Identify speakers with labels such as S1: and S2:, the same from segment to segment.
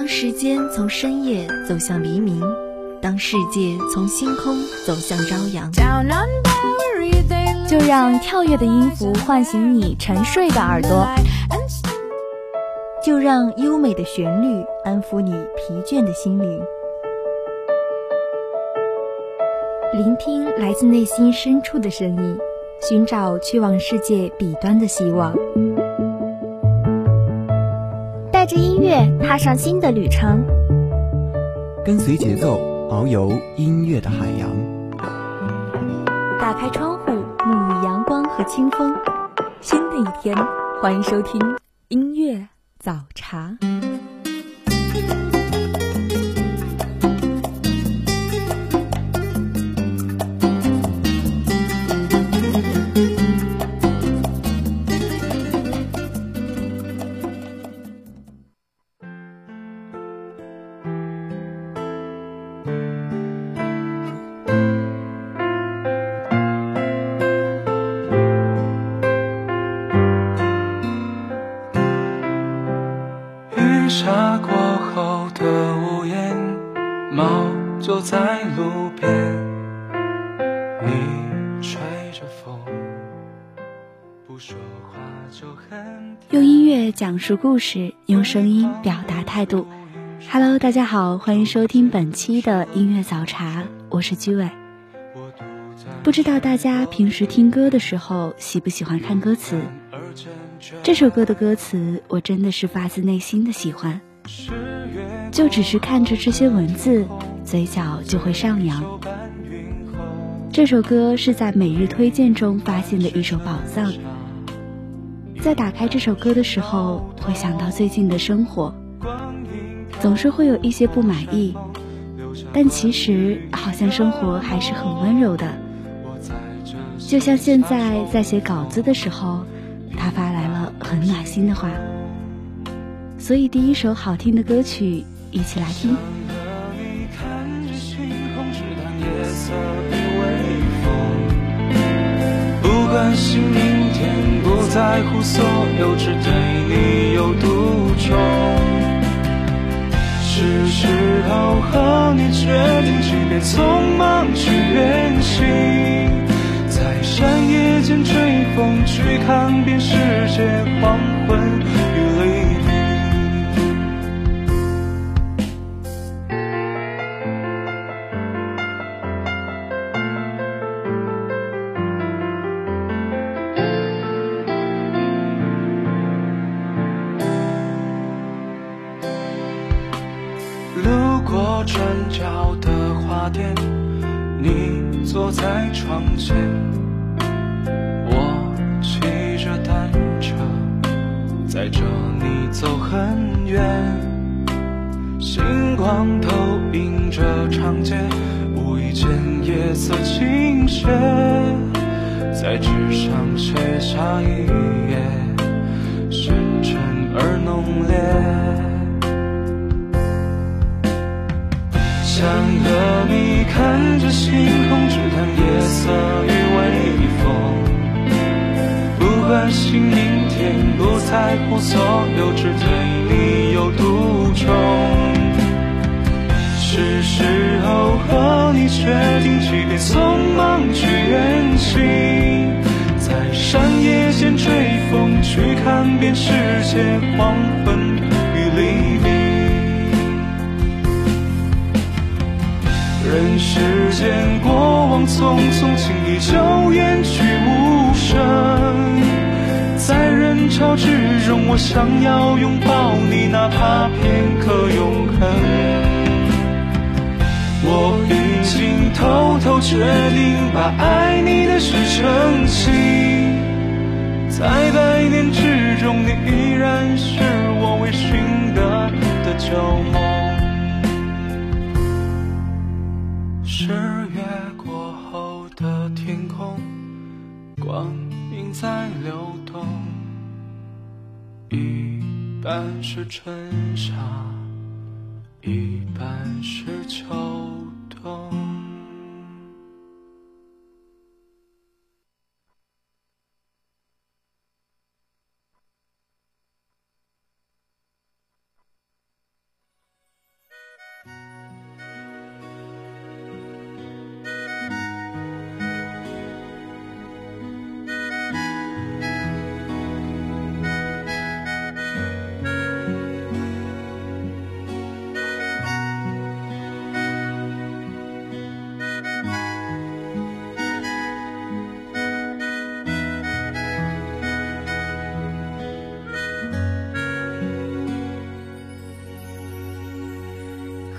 S1: 当时间从深夜走向黎明，当世界从星空走向朝阳，
S2: 就让跳跃的音符唤醒你沉睡的耳朵，
S1: 就让优美的旋律安抚你疲倦的心灵。
S2: 聆听来自内心深处的声音，寻找去往世界彼端的希望。带着音乐踏上新的旅程，
S3: 跟随节奏遨游音乐的海洋。
S2: 打开窗户，沐浴阳光和清风。新的一天，欢迎收听音乐早茶。
S4: 下过后的屋檐，猫就在路边，你吹着风，不说话就很
S2: 用音乐讲述故事，用声音表达态度。Hello， 大家好，欢迎收听本期的音乐早茶，我是居伟。不知道大家平时听歌的时候喜不喜欢看歌词？这首歌的歌词我真的是发自内心的喜欢，就只是看着这些文字，嘴角就会上扬。这首歌是在每日推荐中发现的一首宝藏，在打开这首歌的时候，会想到最近的生活，总是会有一些不满意，但其实好像生活还是很温柔的。就像现在在写稿子的时候，他发来了很暖心的话，所以第一首好听的歌曲一起来听。
S4: 不关心明天，不在乎所有，只对你有独钟。是时候和你决定，即便匆忙去远行，在山野间追风，去看遍世界黄昏与黎明。路过转角的花店，你坐在窗前，我骑着单车载着你走很远，星光投映着长街，无意间夜色倾斜，在纸上写下一页深沉而浓烈。想和你看着星空，只谈夜色与微风，不关心明天，不在乎所有，只对你有独钟。是时候和你决定，即便匆忙去远行，在山野间追风，去看遍世界黄昏与黎明。人世间过往匆匆，轻易就远去无声，在人潮之中，我想要拥抱你，哪怕片刻永恒。我已经偷偷决定，把爱你的事撑起，在百年之中，你依然是我未寻得的旧梦。10月过后的天空，光阴在流动，一半是春夏，一半是秋冬。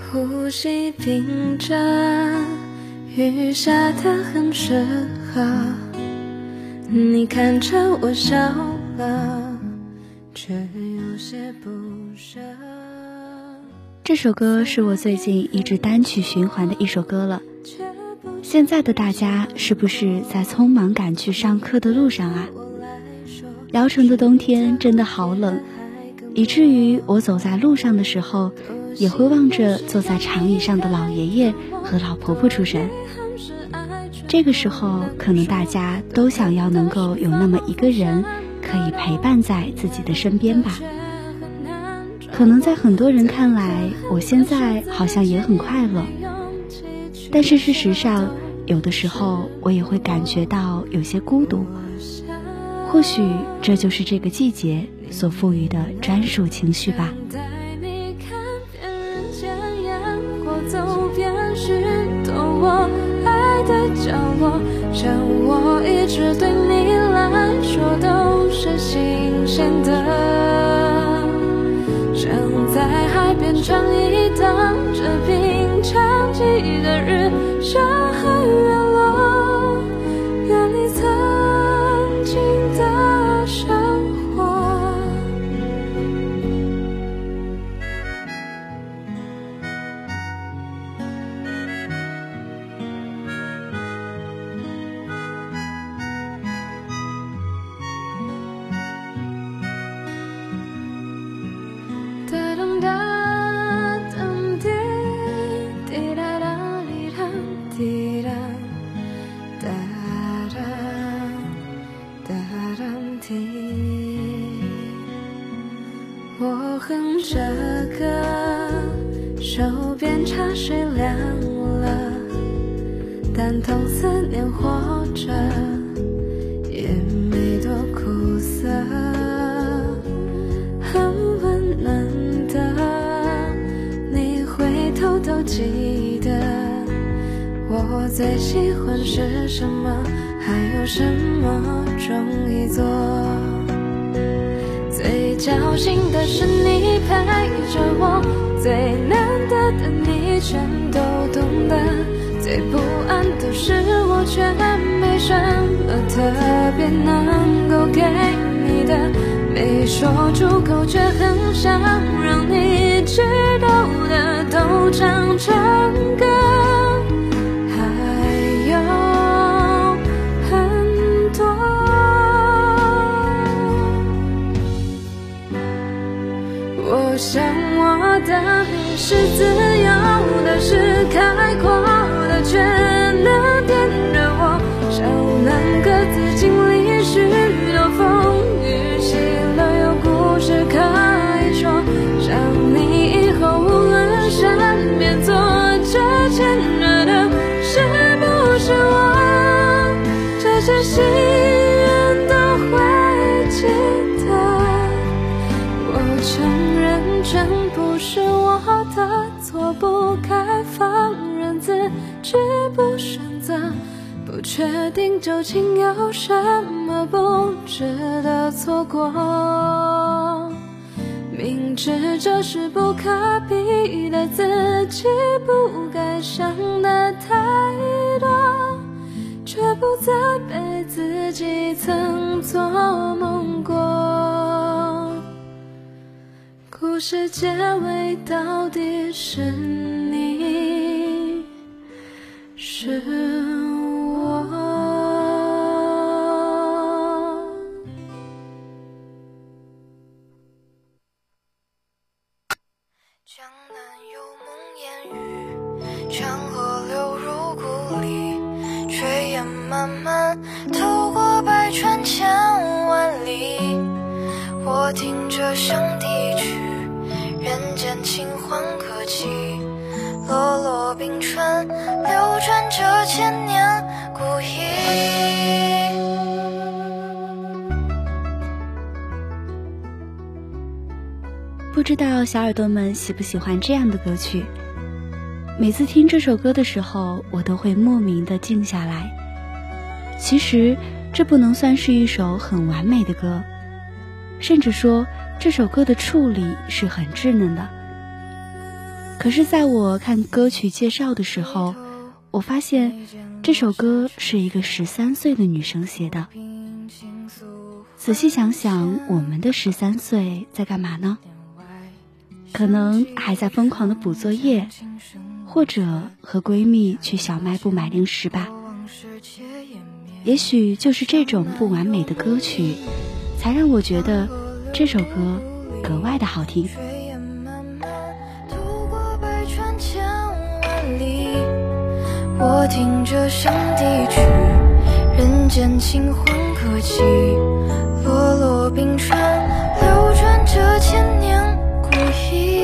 S5: 呼吸屏着，雨下得很适合，你看着我笑了，却有些不舍。
S2: 这首歌是我最近一直单曲循环的一首歌了。现在的大家是不是在匆忙赶去上课的路上啊？聊城的冬天真的好冷，以至于我走在路上的时候也会望着坐在长椅上的老爷爷和老婆婆出神。这个时候可能大家都想要能够有那么一个人可以陪伴在自己的身边吧。可能在很多人看来，我现在好像也很快乐，但是事实上有的时候我也会感觉到有些孤独。或许这就是这个季节所赋予的专属情绪吧。
S5: 带你看遍人间烟火，走遍许多我爱的角落，像我一直对你来说都是新鲜的，像在海边唱一荡着平常记忆的日升和月落，远离曾经的生活。哒噔哒噔滴滴哒哒滴哒滴哒哒哒哒哒滴。我哼着歌，手边茶水凉了，但同思念活着，也没多苦涩，很温暖的，你回头都记得。我最喜欢是什么，还有什么容易做。最侥幸的是你陪着我，最难得的你全都懂得，最不安的是我却没什么特别能够给你的，没说出口却很想让你知道的都唱成歌，还有很多。我想我的你是自由的，是开阔的，却能点着我，少能各自经历许多风雨，喜乐有故事可以说，想你以后无论身边坐着牵着的是不是我，这些心愿都会记得。我承认真不是我的错，不该放任自己不选择，不确定究竟有什么不值得错过，明知这是不可避的，自己不该想的太多，却不再被自己曾做梦过。故事结尾到底是你，是我。 江南有梦烟雨，长河流入故里，炊烟漫漫透过百川千万里。我听着上帝曲，人间清欢可期，落落冰川流转着千年古意。
S2: 不知道小耳朵们喜不喜欢这样的歌曲？每次听这首歌的时候，我都会莫名的静下来。其实这不能算是一首很完美的歌，甚至说这首歌的处理是很稚嫩的。 可是在我看歌曲介绍的时候，我发现这首歌是一个13岁的女生写的。仔细想想，我们的13岁在干嘛呢？可能还在疯狂的补作业，或者和闺蜜去小卖部买零食吧。也许就是这种不完美的歌曲，才让我觉得这首歌格外的好听。
S5: 我听着上帝曲，人间清欢可期，落落冰川，流转着千年古意。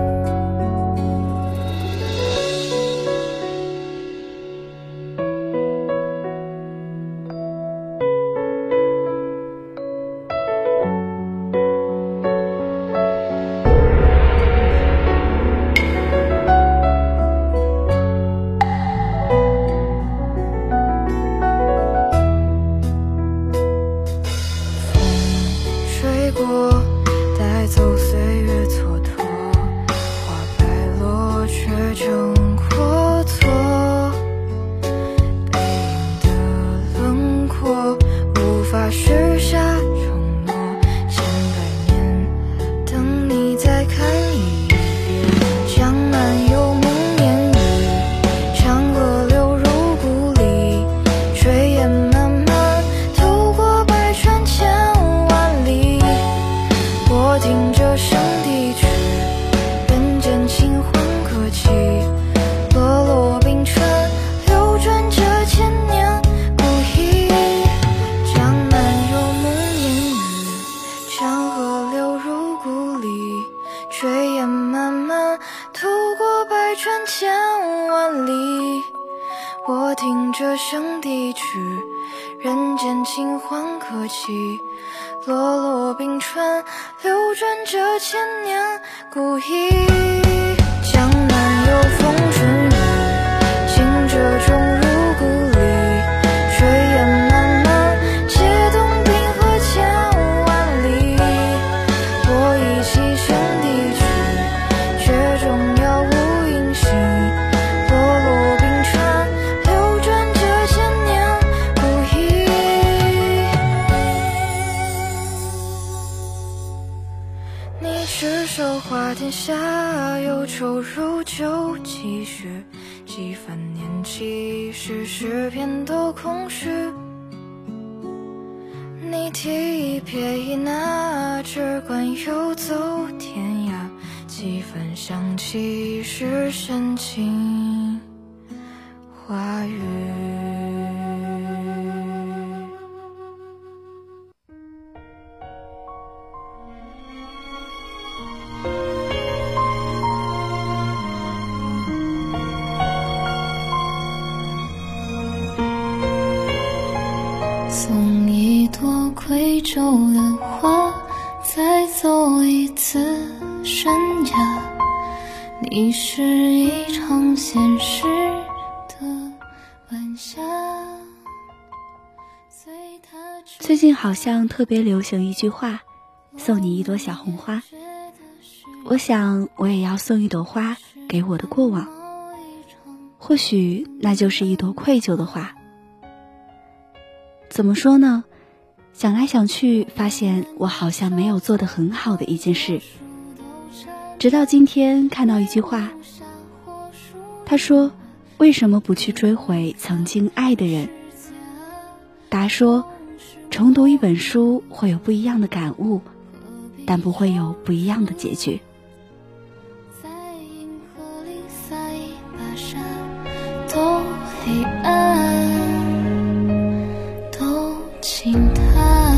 S5: 带走岁月蹉跎，花败落却正阔绰，背影的轮廓无法许下承诺，千百年等你再看一遍。江南有梦烟雨，长河流入故里，炊烟漫漫，透过百川千万里。我听着上帝曲，人间清欢可期，落落冰川，流转着千年古意。江南有梦烟雨，长河流入故里，炊烟漫漫，透过百川千万里。我听着上帝曲，人间清欢可期，落落冰川，流转着千年古意。江南有风春雨，行者终入故里，炊烟漫漫，解冻冰河千万里。我忆起上帝曲，却终杳无音信，落落冰川，流转着千年古意。你执手花天下，忧愁如酒几许，几番年纪，世事遍都空虚。你提一撇一捺，只管游走天涯，几分香气是深情话语。送一朵贵州的花，再走一次山崖。你是一场现实的晚霞。
S2: 最近好像特别流行一句话，送你一朵小红花。我想我也要送一朵花给我的过往，或许那就是一朵愧疚的花。怎么说呢？想来想去，发现我好像没有做得很好的一件事。直到今天看到一句话，他说：为什么不去追回曾经爱的人？答说：重读一本书会有不一样的感悟，但不会有不一样的结局。
S5: 在银河里撒一把沙，都黑暗，都轻叹。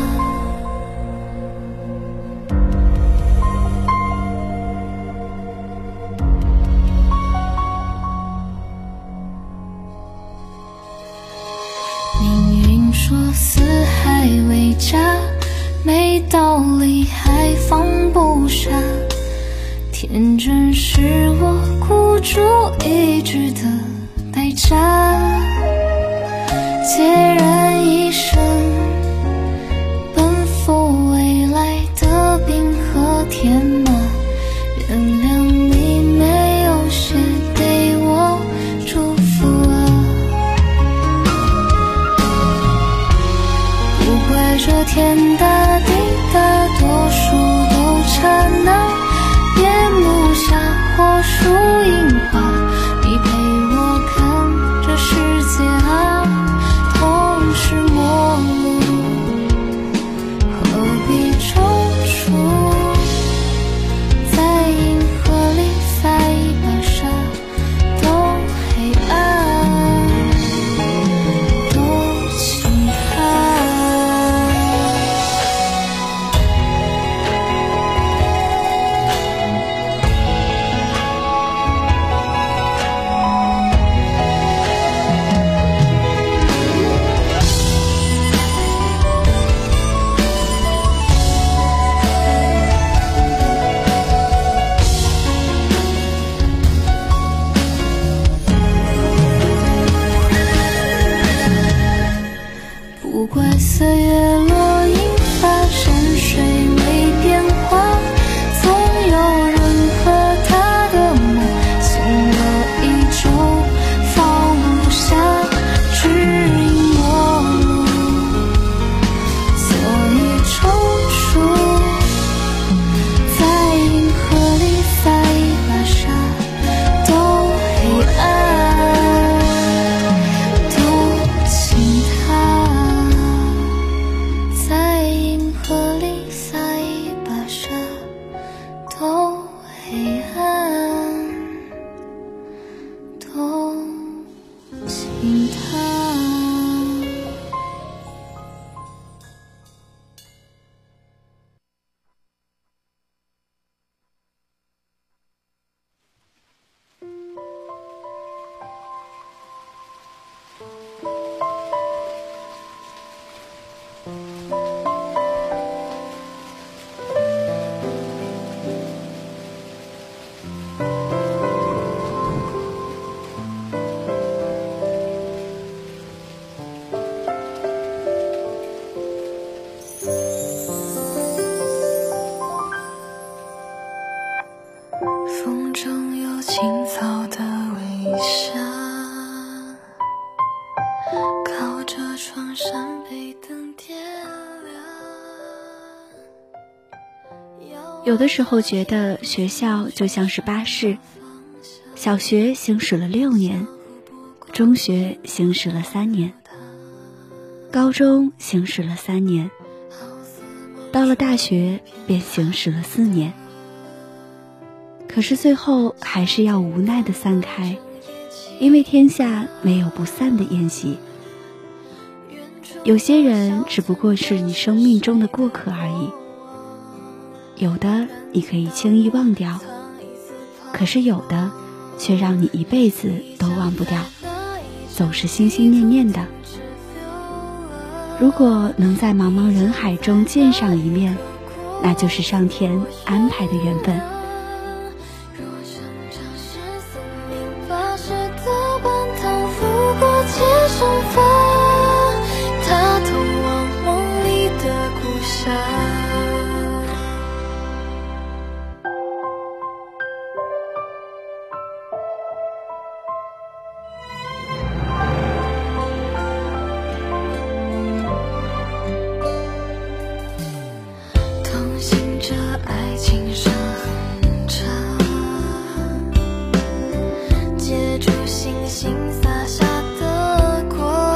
S5: 命运说四海为家，没道理还放不下，天真是我孤注一掷的代价。孑然一身，奔赴未来的冰河天马，原谅你没风中有青草的微笑，靠着窗扇被灯点亮。
S2: 有的时候觉得学校就像是巴士，小学行驶了6年，中学行驶了3年，高中行驶了3年，到了大学便行驶了4年。可是最后还是要无奈地散开，因为天下没有不散的宴席。有些人只不过是你生命中的过客而已，有的你可以轻易忘掉，可是有的却让你一辈子都忘不掉，总是心心念念的。如果能在茫茫人海中见上一面，那就是上天安排的缘分。
S5: 它通往梦里的故乡。同行着爱情伤痕长，借助星星洒下的光，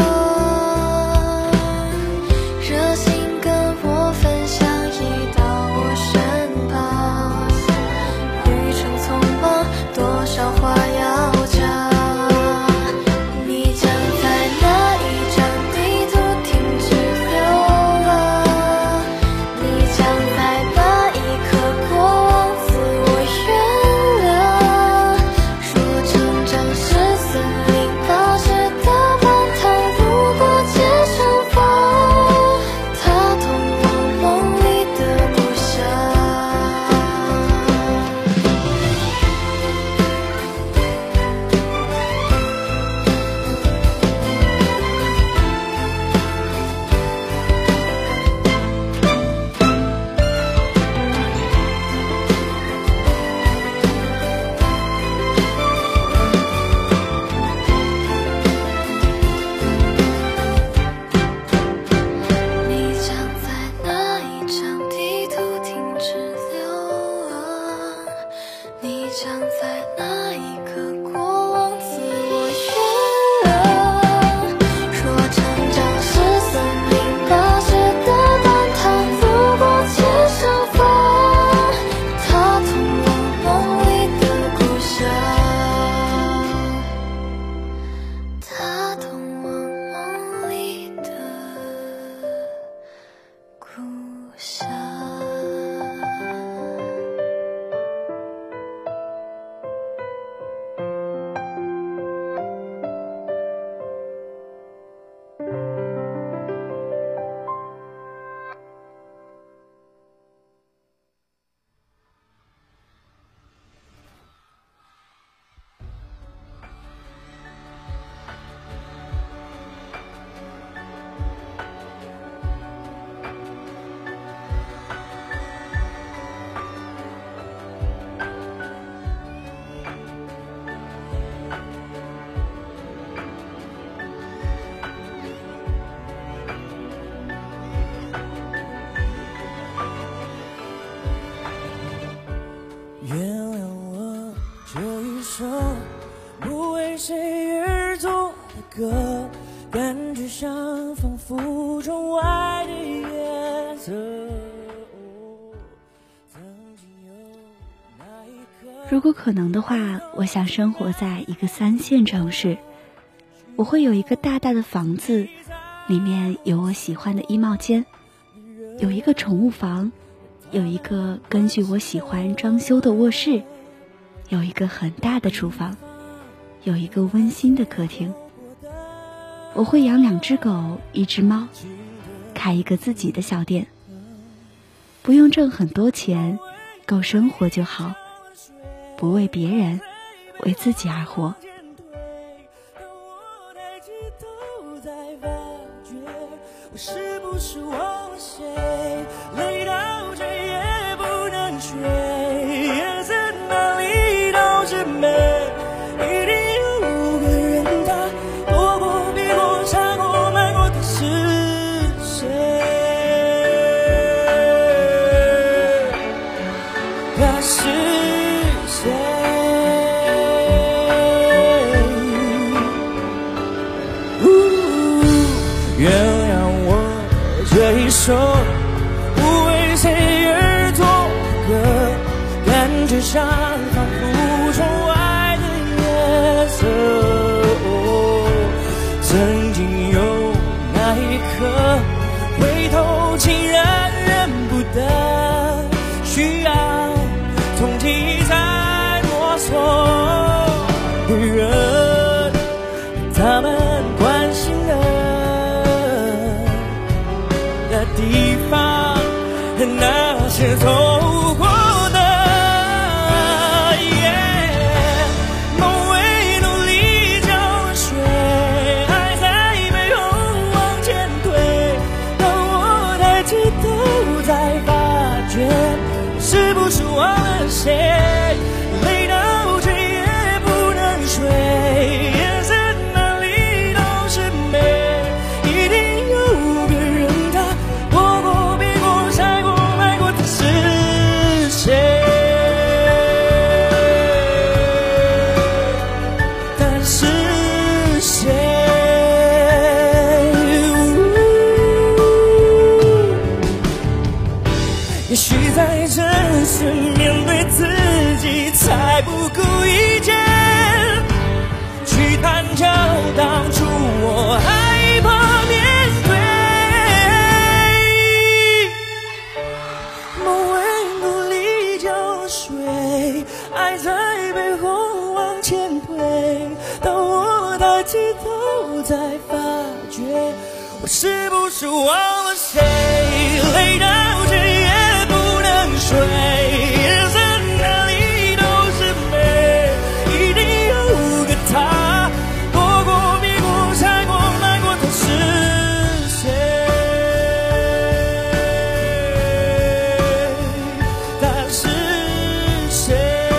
S5: 热心跟我分享已到我身旁，旅程匆忙，多少话要讲，你将在哪一张地图停止流浪，你将在哪一刻过往自我原谅，若成长是森林发射的plan糖，路过街上方，它通往梦里的故乡。你将在哪一张地图停止流浪？你将在哪一刻过往自我原谅？若成长是森林发射的plan糖，路过街上方，它通往梦里的故乡，它通往梦里的故乡。
S6: 原谅我这一首不为谁而作的歌，感觉像仿佛窗外的夜色。曾经有那一刻，
S2: 如果可能的话，我想生活在一个3线城市，我会有一个大大的房子，里面有我喜欢的衣帽间，有一个宠物房，有一个根据我喜欢装修的卧室，有一个很大的厨房，有一个温馨的客厅。我会养2只狗，1只猫，开一个自己的小店，不用挣很多钱，够生活就好，不为别人，为自己而活。
S6: 我是不是忘了谁？累到这也不能睡，夜在哪里？ 他是谁？原谅我这一首不为谁而作歌，感觉像仿佛窗外的夜色。曾经有那一刻，回头竟然认不得，需要痛击在摸索的人，他们关心的地方，那些走过的，梦为努力浇水，爱在背后往前推。当我抬起头，才发觉是不是忘了谁，累到却也不能睡，眼神哪里都是美，一定有个人他躲过避过闪过爱过，他是谁？他是谁？也许在真实面对自己，才不顾一切去探究当初我害怕面对。梦为努力浇水，爱在背后往前推。当我抬起头，才发觉我是不是忘了谁，累到却也不能睡，眼神哪里都是美，一定有个他躲过避过闪过瞒过，他是谁？他是谁？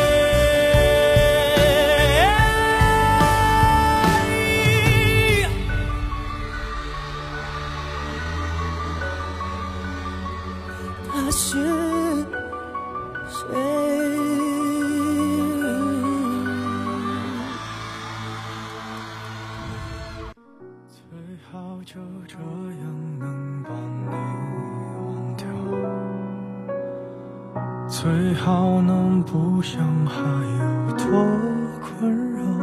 S6: 他是谁？
S4: 最好就这样能把你忘掉，最好能不想还有多困扰。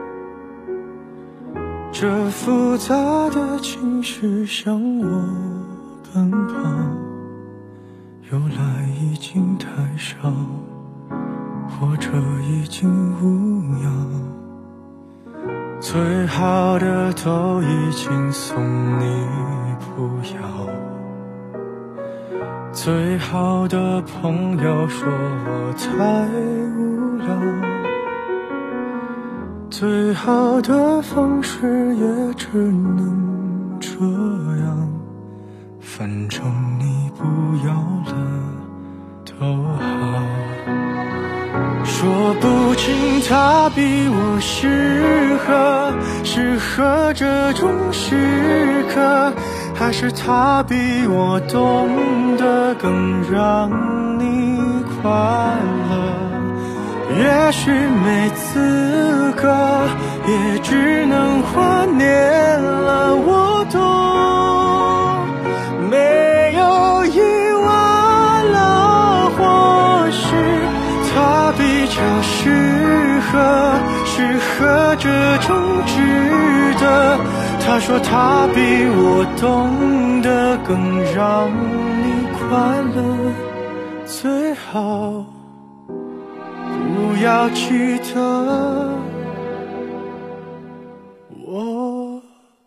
S4: 这复杂的情绪向我奔跑，由来已经太少，或者已经无恙。最好的都已经送你不要，最好的朋友说我太无聊，最好的方式也只能这样，反正你不要了都好。说不清他比我适合这种时刻，还是他比我懂得更让你快乐。也许没资格，也只能怀念了。我懂，没有意外了，或许他比较适合这种值得。他说他比我懂得更让你快乐，最好不要记得我。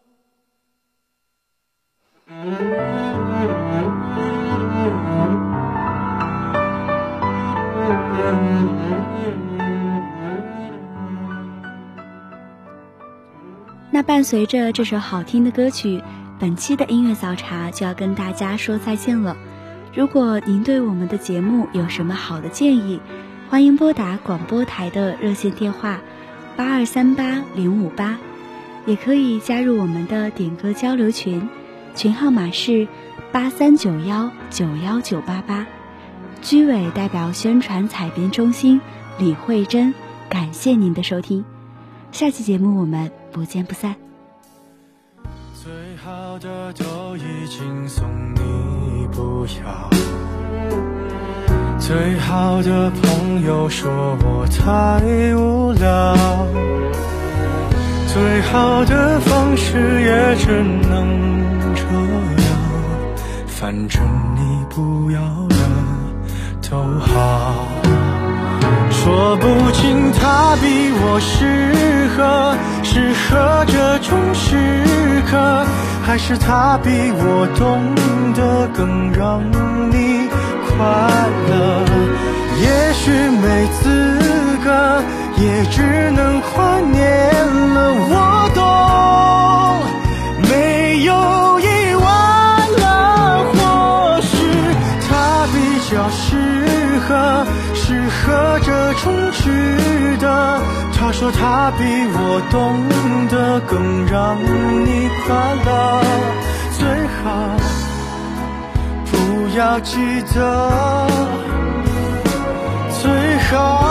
S2: 那伴随着这首好听的歌曲，本期的音乐早茶就要跟大家说再见了。如果您对我们的节目有什么好的建议，欢迎拨打广播台的热线电话8238-058，也可以加入我们的点歌交流群，群号码是8391-91988。 居委代表宣传采编中心李慧珍，感谢您的收听，下期节目我们不见不散。
S4: 最好的都已经送你不要，最好的朋友说我太无聊，最好的方式也只能这样，反正你不要的都好。说不清他比我适合这种时刻，还是他比我懂得更让你快乐。也许没资格，也只能怀念了。我懂，没有意外了。或许他比较适合这种值得。他说他比我懂得更让你快乐，最好不要记得，最好